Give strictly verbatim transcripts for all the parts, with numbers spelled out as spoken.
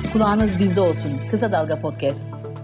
Kulağınız bizde olsun. Kısa Dalga Podcast.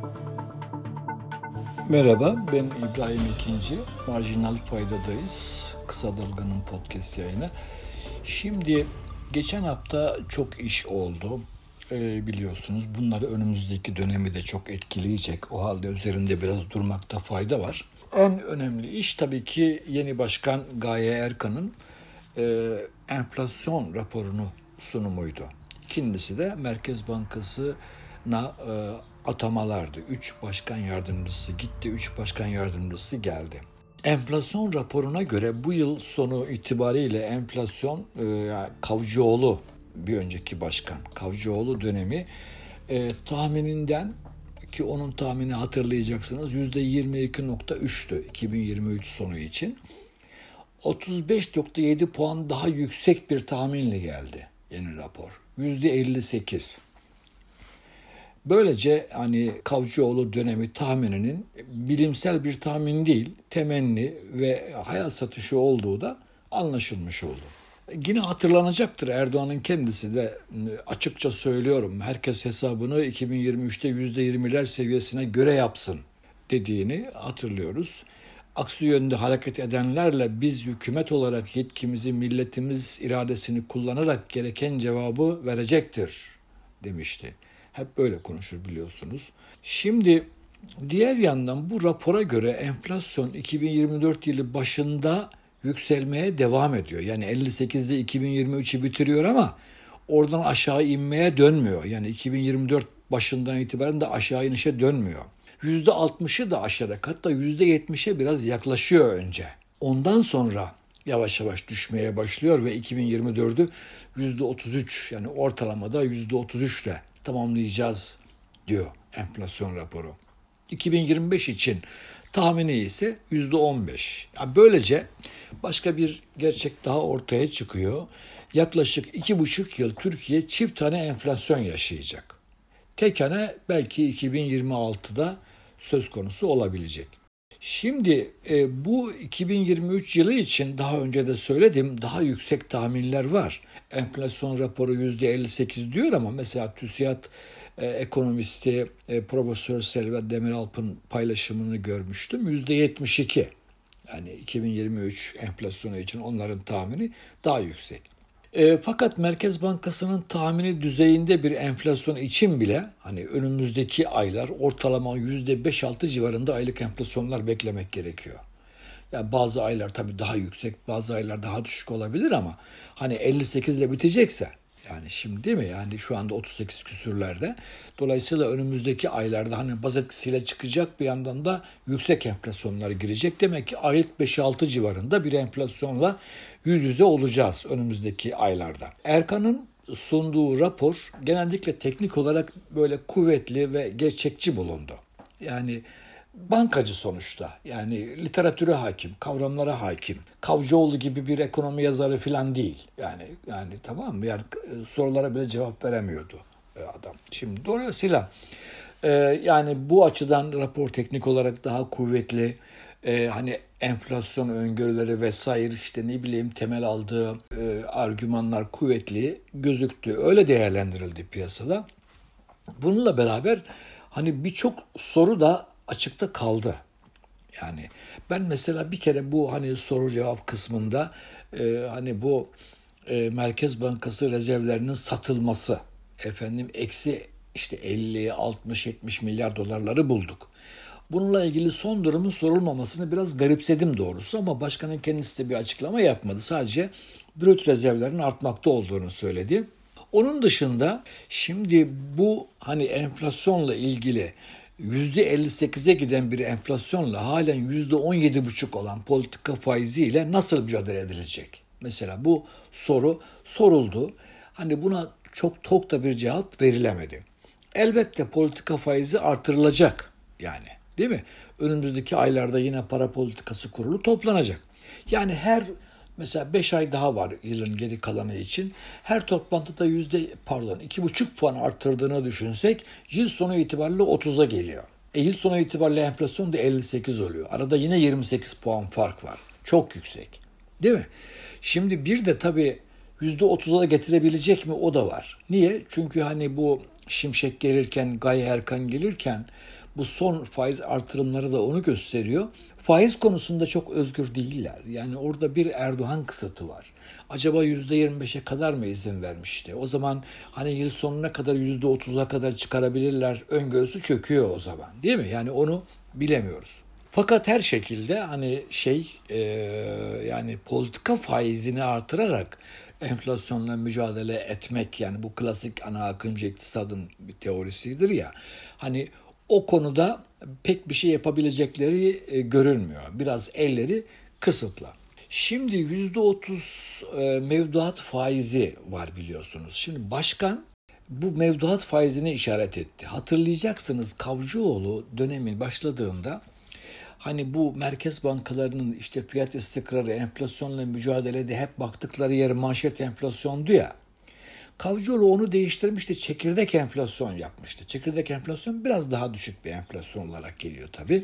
Merhaba, ben İbrahim İkinci. Marjinal Fayda'dayız. Kısa Dalga'nın podcast yayını. Şimdi geçen hafta çok iş oldu. Ee, biliyorsunuz bunları önümüzdeki dönemi de çok etkileyecek. O halde üzerinde biraz durmakta fayda var. En önemli iş tabii ki yeni başkan Gaye Erkan'ın e, enflasyon raporunu sunumuydu. İkincisi de Merkez Bankası'na e, atamalardı. Üç başkan yardımcısı gitti, üç başkan yardımcısı geldi. Enflasyon raporuna göre bu yıl sonu itibariyle enflasyon e, Kavcıoğlu, bir önceki başkan Kavcıoğlu dönemi e, tahmininden, ki onun tahmini hatırlayacaksınız yüzde yirmi iki virgül üçtü iki bin yirmi üç sonu için. otuz beş virgül yedi puan daha yüksek bir tahminle geldi yeni rapor. yüzde elli sekiz. Böylece hani Kavcıoğlu dönemi tahmininin bilimsel bir tahmin değil, temenni ve hayal satışı olduğu da anlaşılmış oldu. Yine hatırlanacaktır, Erdoğan'ın kendisi de açıkça söylüyorum, herkes hesabını iki bin yirmi üçte yüzde yirmiler seviyesine göre yapsın dediğini hatırlıyoruz. Aksi yönde hareket edenlerle biz hükümet olarak yetkimizi, milletimiz iradesini kullanarak gereken cevabı verecektir demişti. Hep böyle konuşur biliyorsunuz. Şimdi diğer yandan bu rapora göre enflasyon iki bin yirmi dört yılı başında yükselmeye devam ediyor. Yani elli sekizde iki bin yirmi üçü bitiriyor ama oradan aşağı inmeye dönmüyor. Yani iki bin yirmi dört başından itibaren de aşağı inişe dönmüyor. yüzde altmışı da aşarak, hatta yüzde yetmişe biraz yaklaşıyor önce. Ondan sonra yavaş yavaş düşmeye başlıyor ve iki bin yirmi dördü yüzde otuz üç, yani ortalamada yüzde otuz üçle tamamlayacağız diyor enflasyon raporu. iki bin yirmi beş için tahmini ise yüzde on beş. Yani böylece başka bir gerçek daha ortaya çıkıyor. Yaklaşık iki buçuk yıl Türkiye çift tane enflasyon yaşayacak. Tek hane belki iki bin yirmi altıda söz konusu olabilecek. Şimdi e, bu iki bin yirmi üç yılı için daha önce de söyledim, daha yüksek tahminler var. Enflasyon raporu yüzde elli sekiz diyor ama mesela TÜSİAD e, ekonomisti e, Profesör Selva Demiralp'ın paylaşımını görmüştüm. yüzde yetmiş iki. Yani iki bin yirmi üç enflasyonu için onların tahmini daha yüksek. E, fakat Merkez Bankası'nın tahmini düzeyinde bir enflasyon için bile hani önümüzdeki aylar ortalama yüzde beş altı civarında aylık enflasyonlar beklemek gerekiyor. Yani bazı aylar tabii daha yüksek, bazı aylar daha düşük olabilir ama hani elli sekiz ile bitecekse, yani şimdi değil mi? Yani şu anda otuz sekiz küsürlerde. Dolayısıyla önümüzdeki aylarda hani baz etkisiyle çıkacak, bir yandan da yüksek enflasyonlar girecek. Demek ki aylık beş altı civarında bir enflasyonla yüz yüze olacağız önümüzdeki aylarda. Erkan'ın sunduğu rapor genellikle teknik olarak böyle kuvvetli ve gerçekçi bulundu. Yani bankacı sonuçta. Yani literatüre hakim, kavramlara hakim. Kavcıoğlu gibi bir ekonomi yazarı falan değil. Yani yani tamam mı? Yani sorulara bile cevap veremiyordu adam. Şimdi dolayısıyla e, yani bu açıdan rapor teknik olarak daha kuvvetli. E, hani enflasyon öngörüleri vesaire, işte ne bileyim temel aldığı e, argümanlar kuvvetli gözüktü. Öyle değerlendirildi piyasada. Bununla beraber hani birçok soru da açıkta kaldı. Yani ben mesela bir kere bu hani soru cevap kısmında e, hani bu e, Merkez Bankası rezervlerinin satılması, efendim eksi işte elli, altmış, yetmiş milyar dolarları bulduk. Bununla ilgili son durumun sorulmamasını biraz garipsedim doğrusu ama başkanın kendisi de bir açıklama yapmadı. Sadece brüt rezervlerin artmakta olduğunu söyledi. Onun dışında şimdi bu hani enflasyonla ilgili yüzde elli sekize giden bir enflasyonla halen yüzde on yedi buçuk olan politika faiziyle nasıl mücadele edilecek? Mesela bu soru soruldu. Hani buna çok tok da bir cevap verilemedi. Elbette politika faizi artırılacak yani, değil mi? Önümüzdeki aylarda yine para politikası kurulu toplanacak. Yani her mesela beş ay daha var yılın geri kalanı için. Her toplantıda yüzde pardon iki buçuk puan arttırdığını düşünsek yıl sonu itibariyle otuza geliyor. E yıl sonu itibariyle enflasyon da elli sekiz oluyor. Arada yine yirmi sekiz puan fark var. Çok yüksek. Değil mi? Şimdi bir de tabii yüzde otuza da getirebilecek mi, o da var. Niye? Çünkü hani bu Şimşek gelirken, Gaye Erkan gelirken bu son faiz artırımları da onu gösteriyor. Faiz konusunda çok özgür değiller. Yani orada bir Erdoğan kısıtı var. Acaba yüzde yirmi beşe kadar mı izin vermişti? O zaman hani yıl sonuna kadar yüzde otuza kadar çıkarabilirler öngörüsü çöküyor o zaman, değil mi? Yani onu bilemiyoruz. Fakat her şekilde hani şey e, yani politika faizini artırarak enflasyonla mücadele etmek, yani bu klasik ana akımcı iktisadın bir teorisidir ya, hani o konuda pek bir şey yapabilecekleri e, görünmüyor. Biraz elleri kısıtlı. Şimdi yüzde otuz e, mevduat faizi var biliyorsunuz. Şimdi başkan bu mevduat faizine işaret etti. Hatırlayacaksınız, Kavcıoğlu dönemin başladığında hani bu merkez bankalarının işte fiyat istikrarı, enflasyonla mücadelede hep baktıkları yer manşet enflasyondu ya. Kavcıoğlu onu değiştirmişti, çekirdek enflasyon yapmıştı. Çekirdek enflasyon biraz daha düşük bir enflasyon olarak geliyor tabii.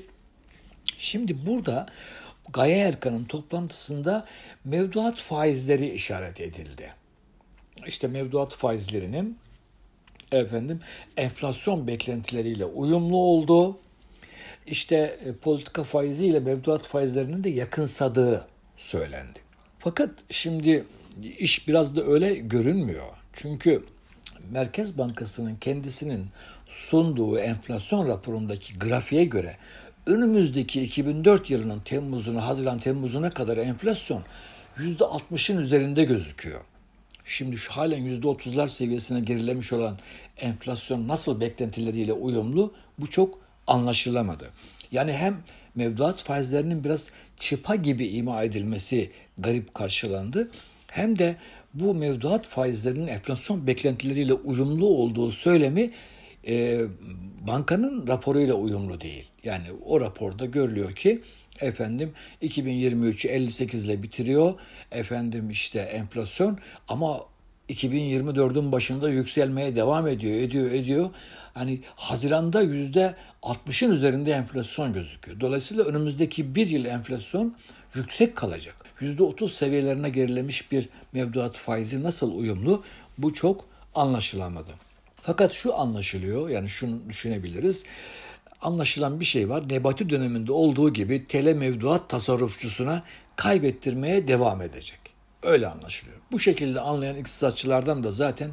Şimdi burada Gaye Erkan'ın toplantısında mevduat faizleri işaret edildi. İşte mevduat faizlerinin efendim enflasyon beklentileriyle uyumlu olduğu, işte e, politika faizi ile mevduat faizlerinin de yakınsadığı söylendi. Fakat şimdi iş biraz da öyle görünmüyor. Çünkü Merkez Bankası'nın kendisinin sunduğu enflasyon raporundaki grafiğe göre önümüzdeki iki bin dört yılının Temmuz'una, Haziran Temmuz'una kadar enflasyon yüzde altmışın üzerinde gözüküyor. Şimdi şu halen yüzde otuzlar seviyesine gerilemiş olan enflasyon nasıl beklentileriyle uyumlu, bu çok anlaşılamadı. Yani hem mevduat faizlerinin biraz çıpa gibi ima edilmesi garip karşılandı, hem de bu mevduat faizlerinin enflasyon beklentileriyle uyumlu olduğu söylemi e, bankanın raporuyla uyumlu değil. Yani o raporda görülüyor ki efendim iki bin yirmi üçü elli sekiz ile bitiriyor efendim işte enflasyon, ama iki bin yirmi dördün başında yükselmeye devam ediyor, ediyor, ediyor. Hani Haziran'da yüzde altmışın üzerinde enflasyon gözüküyor. Dolayısıyla önümüzdeki bir yıl enflasyon yüksek kalacak. yüzde otuz seviyelerine gerilemiş bir mevduat faizi nasıl uyumlu? Bu çok anlaşılamadı. Fakat şu anlaşılıyor, yani şunu düşünebiliriz. Anlaşılan bir şey var. Nebati döneminde olduğu gibi T L mevduat tasarrufçusuna kaybettirmeye devam edecek. Öyle anlaşılıyor. Bu şekilde anlayan iktisatçılardan da zaten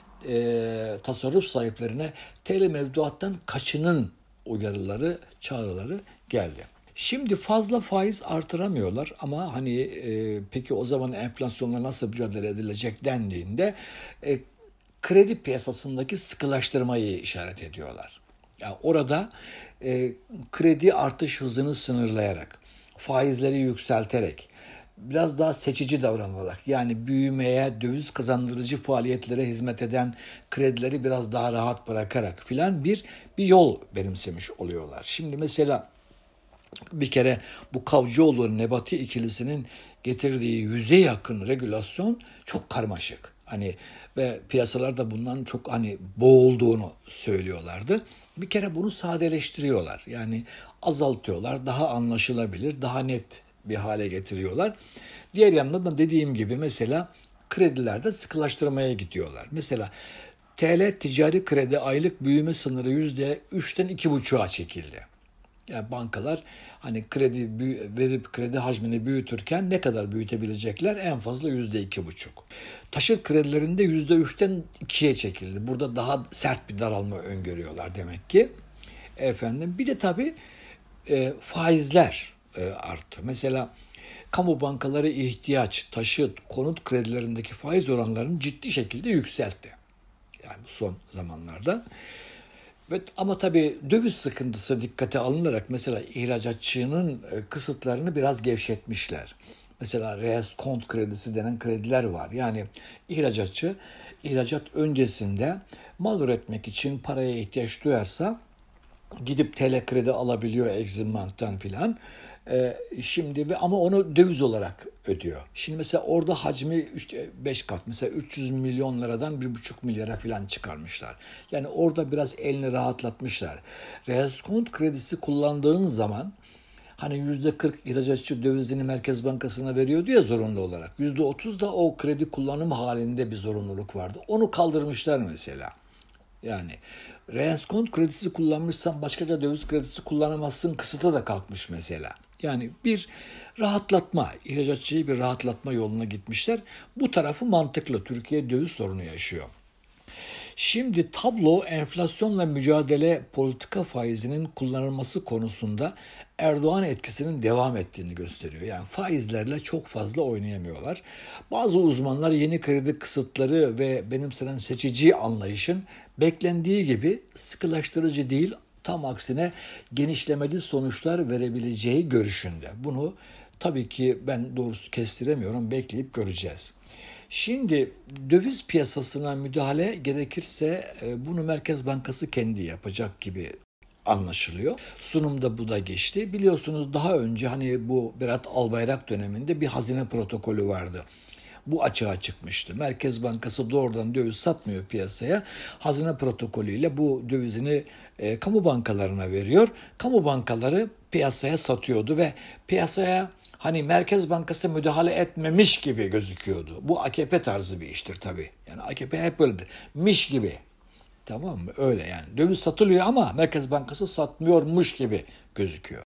e, tasarruf sahiplerine T L mevduattan kaçının uyarıları, çağrıları geldi. Şimdi fazla faiz artıramıyorlar ama hani e, peki o zaman enflasyonla nasıl mücadele edilecek dendiğinde e, kredi piyasasındaki sıkılaştırmayı işaret ediyorlar. Yani orada e, kredi artış hızını sınırlayarak, faizleri yükselterek, biraz daha seçici davranarak, yani büyümeye, döviz kazandırıcı faaliyetlere hizmet eden kredileri biraz daha rahat bırakarak filan bir bir yol benimsemiş oluyorlar. Şimdi mesela bir kere bu Kavcıoğlu Nebati ikilisinin getirdiği yüze yakın regülasyon çok karmaşık. Hani ve piyasalar da bundan çok hani boğulduğunu söylüyorlardı. Bir kere bunu sadeleştiriyorlar. Yani azaltıyorlar, daha anlaşılabilir, daha net bir hale getiriyorlar. Diğer yandan da dediğim gibi mesela kredilerde sıkılaştırmaya gidiyorlar. Mesela T L ticari kredi aylık büyüme sınırı yüzde üçten iki buçuğa çekildi. Yani bankalar hani kredi verip kredi hacmini büyütürken ne kadar büyütebilecekler? En fazla yüzde iki buçuk. Taşıt kredilerinde yüzde üçten ikiye çekildi. Burada daha sert bir daralma öngörüyorlar demek ki. Efendim bir de tabii e, faizler e, arttı. Mesela kamu bankaları ihtiyaç, taşıt, konut kredilerindeki faiz oranlarını ciddi şekilde yükseltti. Yani bu son zamanlarda. Evet, ama tabii döviz sıkıntısı dikkate alınarak mesela ihracatçının kısıtlarını biraz gevşetmişler. Mesela reeskont kredisi denen krediler var. Yani ihracatçı ihracat öncesinde mal üretmek için paraya ihtiyaç duyarsa gidip T L kredi alabiliyor Exim Bank'tan filan. Ee, şimdi ve ama onu döviz olarak ödüyor. Şimdi mesela orada hacmi beş kat, mesela üç yüz milyon liradan bir buçuk milyara falan çıkarmışlar. Yani orada biraz elini rahatlatmışlar. Reeskont kredisi kullandığın zaman hani yüzde kırk ihracatçı dövizini Merkez Bankası'na veriyordu ya zorunlu olarak. yüzde otuz da o kredi kullanım halinde bir zorunluluk vardı. Onu kaldırmışlar mesela. Yani reenskont kredisi kullanmışsan başkaca döviz kredisi kullanamazsın kısıtı da kalkmış mesela. Yani bir rahatlatma, ihracatçıyı bir rahatlatma yoluna gitmişler. Bu tarafı mantıklı. Türkiye döviz sorunu yaşıyor. Şimdi tablo enflasyonla mücadele politika faizinin kullanılması konusunda Erdoğan etkisinin devam ettiğini gösteriyor. Yani faizlerle çok fazla oynayamıyorlar. Bazı uzmanlar yeni kredi kısıtları ve benimsenen seçici anlayışın beklendiği gibi sıkılaştırıcı değil, tam aksine genişlemeli sonuçlar verebileceği görüşünde. Bunu tabii ki ben doğrusu kestiremiyorum, bekleyip göreceğiz. Şimdi döviz piyasasına müdahale gerekirse bunu Merkez Bankası kendi yapacak gibi anlaşılıyor. Sunumda bu da geçti. Biliyorsunuz daha önce hani bu Berat Albayrak döneminde bir hazine protokolü vardı. Bu açığa çıkmıştı. Merkez Bankası doğrudan döviz satmıyor piyasaya. Hazine protokolüyle bu dövizini e, kamu bankalarına veriyor. Kamu bankaları piyasaya satıyordu ve piyasaya hani Merkez Bankası müdahale etmemiş gibi gözüküyordu. Bu A K P tarzı bir iştir tabii. Yani A K P hep böyledir. Miş gibi. Tamam mı? Öyle yani. Döviz satılıyor ama Merkez Bankası satmıyormuş gibi gözüküyor.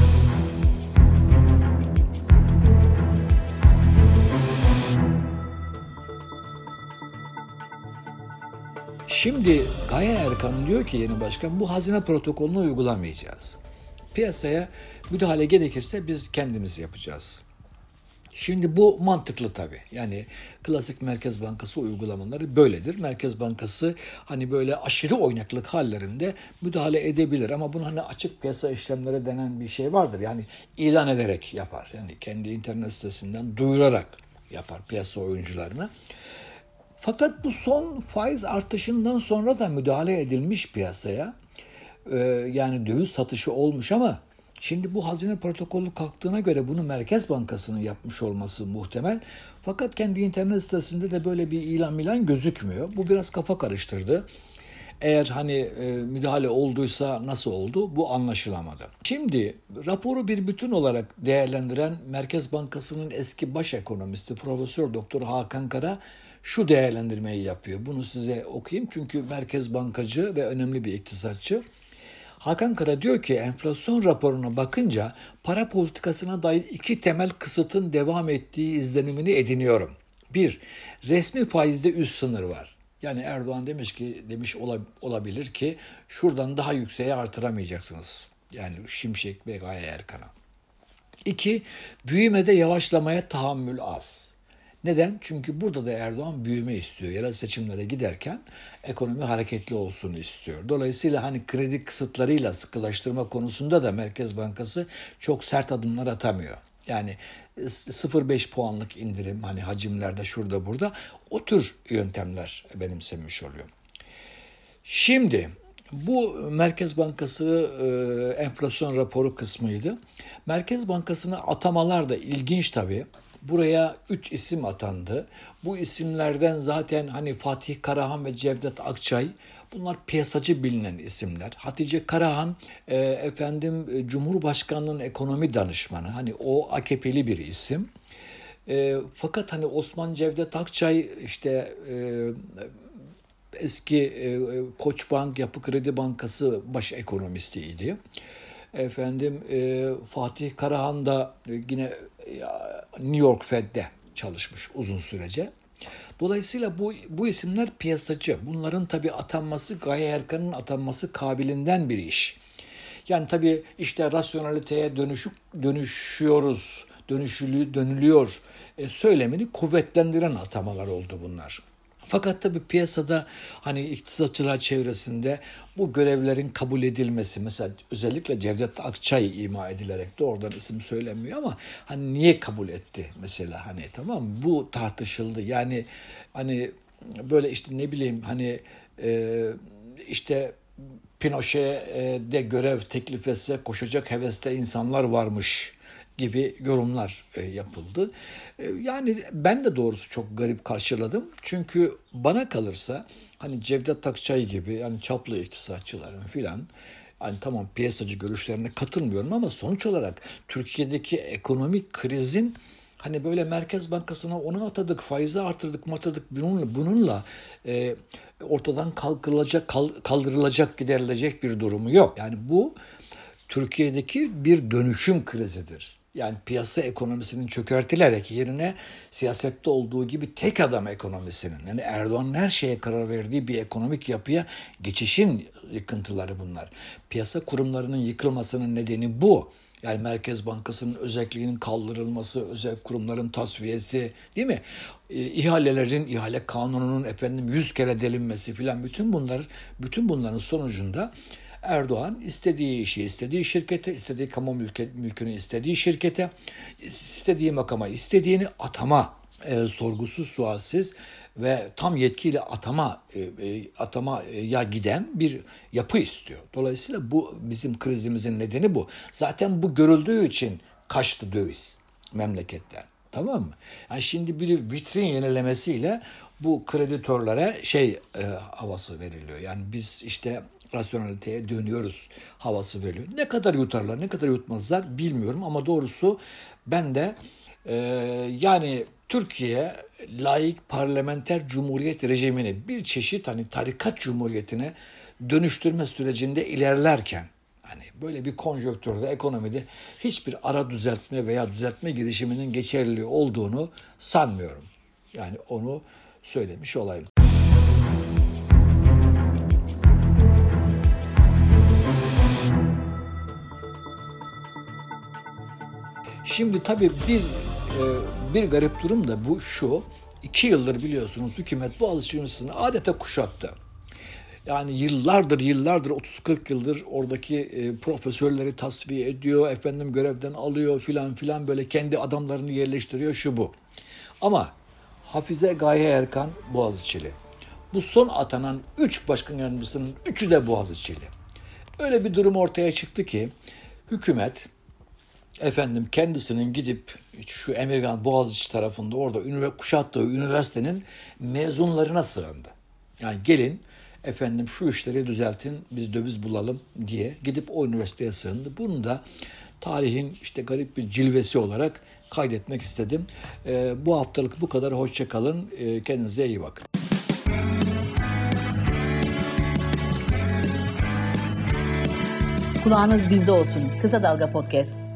Şimdi Gaye Erkan diyor ki yeni başkan bu hazine protokolünü uygulamayacağız. Piyasaya müdahale gerekirse biz kendimiz yapacağız. Şimdi bu mantıklı tabii. Yani klasik Merkez Bankası uygulamaları böyledir. Merkez Bankası hani böyle aşırı oynaklık hallerinde müdahale edebilir ama bunun hani açık piyasa işlemleri denen bir şey vardır. Yani ilan ederek yapar. Yani kendi internet sitesinden duyurarak yapar piyasa oyuncularına. Fakat bu son faiz artışından sonra da müdahale edilmiş piyasaya. Ee, yani döviz satışı olmuş ama şimdi bu hazine protokolü kalktığına göre bunu Merkez Bankası'nın yapmış olması muhtemel. Fakat kendi internet sitesinde de böyle bir ilan milan gözükmüyor. Bu biraz kafa karıştırdı. Eğer hani e, müdahale olduysa nasıl oldu bu anlaşılamadı. Şimdi raporu bir bütün olarak değerlendiren Merkez Bankası'nın eski baş ekonomisti Profesör Doktor Hakan Kara şu değerlendirmeyi yapıyor. Bunu size okuyayım çünkü merkez bankacı ve önemli bir iktisatçı. Hakan Kara diyor ki enflasyon raporuna bakınca para politikasına dair iki temel kısıtın devam ettiği izlenimini ediniyorum. Bir, resmi faizde üst sınır var. Yani Erdoğan demiş ki demiş olabilir ki şuradan daha yükseğe artıramayacaksınız. Yani Şimşek ve Gaye Erkan'a. İki, büyümede yavaşlamaya tahammül az. Neden? Çünkü burada da Erdoğan büyüme istiyor. Yerel seçimlere giderken ekonomi hareketli olsun istiyor. Dolayısıyla hani kredi kısıtlarıyla sıkılaştırma konusunda da Merkez Bankası çok sert adımlar atamıyor. Yani sıfır virgül beş puanlık indirim hani hacimlerde şurada burada o tür yöntemler benimsemiş oluyor. Şimdi bu Merkez Bankası e, enflasyon raporu kısmıydı. Merkez Bankası'na atamalar da ilginç tabii. Buraya üç isim atandı. Bu isimlerden zaten hani Fatih Karahan ve Cevdet Akçay bunlar piyasacı bilinen isimler. Hatice Karahan e, efendim Cumhurbaşkanlığı'nın ekonomi danışmanı. Hani o A K P'li bir isim. E, fakat hani Osman Cevdet Akçay işte e, eski e, Koçbank Yapı Kredi Bankası baş ekonomistiydi. Efendim e, Fatih Karahan da yine New York Fed'de çalışmış uzun sürece. Dolayısıyla bu bu isimler piyasacı. Bunların tabii atanması Gaye Erkan'ın atanması kabilinden bir iş. Yani tabii işte rasyonaliteye dönüşük dönüşüyoruz, dönüşülü dönülüyor e, söylemini kuvvetlendiren atamalar oldu bunlar. Fakat tabii piyasada hani iktisatçılar çevresinde bu görevlerin kabul edilmesi mesela özellikle Cevdet Akçay ima edilerek de oradan isim söylenmiyor ama hani niye kabul etti mesela hani tamam mı? Bu tartışıldı. Yani hani böyle işte ne bileyim hani e, işte Pinochet'de görev teklif etse koşacak heveste insanlar varmış gibi yorumlar e, yapıldı. E, yani ben de doğrusu çok garip karşıladım. Çünkü bana kalırsa hani Cevdet Akçay gibi yani çaplı iktisatçıların filan hani tamam piyasacı görüşlerine katılmıyorum ama sonuç olarak Türkiye'deki ekonomik krizin Hani böyle Merkez Bankası'na onu atadık, faizi artırdık, matadık. Bununla, bununla e, ortadan kalkılacak, kaldırılacak, giderilecek bir durumu yok. Yani bu Türkiye'deki bir dönüşüm krizidir. Yani piyasa ekonomisinin çökertilerek yerine siyasette olduğu gibi tek adam ekonomisinin, yani Erdoğan'ın her şeye karar verdiği bir ekonomik yapıya geçişin yıkıntıları bunlar. Piyasa kurumlarının yıkılmasının nedeni bu. Yani Merkez Bankası'nın özelliğinin kaldırılması, özel kurumların tasfiyesi, değil mi? E, ihalelerin, ihale kanununun efendim yüz kere delinmesi filan, bütün bunlar, bütün bunların sonucunda Erdoğan istediği işi, istediği şirkete, istediği kamu mülke, mülkünü istediği şirkete, istediği makama, istediğini atama, e, sorgusuz sualsiz ve tam yetkiyle atama e, e, atamaya giden bir yapı istiyor. Dolayısıyla bu bizim krizimizin nedeni bu. Zaten bu görüldüğü için kaçtı döviz memleketten. Tamam mı? Yani şimdi bir vitrin yenilemesiyle bu kreditörlere şey e, havası veriliyor. Yani biz işte rasyonaliteye dönüyoruz havası veriyor. Ne kadar yutarlar, ne kadar yutmazlar bilmiyorum ama doğrusu ben de e, yani Türkiye laik parlamenter cumhuriyet rejimini bir çeşit hani tarikat cumhuriyetine dönüştürme sürecinde ilerlerken, hani böyle bir konjonktürde, ekonomide hiçbir ara düzeltme veya düzeltme girişiminin geçerli olduğunu sanmıyorum. Yani onu söylemiş olayım. Şimdi tabii bir bir garip durum da bu şu. İki yıldır biliyorsunuz hükümet Boğaziçi Üniversitesi'ni adeta kuşattı. Yani yıllardır yıllardır otuz kırk yıldır oradaki e, profesörleri tasfiye ediyor, efendim görevden alıyor filan filan, böyle kendi adamlarını yerleştiriyor, şu bu. Ama Hafize Gaye Erkan Boğaziçi'li. Bu son atanan üç başkan yardımcısının üçü de Boğaziçi'li. Öyle bir durum ortaya çıktı ki hükümet efendim kendisinin gidip şu Emirgan Boğaziçi tarafında orada kuşattığı üniversitenin mezunlarına sığındı. Yani gelin efendim şu işleri düzeltin, biz döviz bulalım diye gidip o üniversiteye sığındı. Bunu da tarihin işte garip bir cilvesi olarak kaydetmek istedim. Ee, bu haftalık bu kadar. Hoşça kalın. Ee, kendinize iyi bakın. Kulağınız bizde olsun. Kısa Dalga Podcast.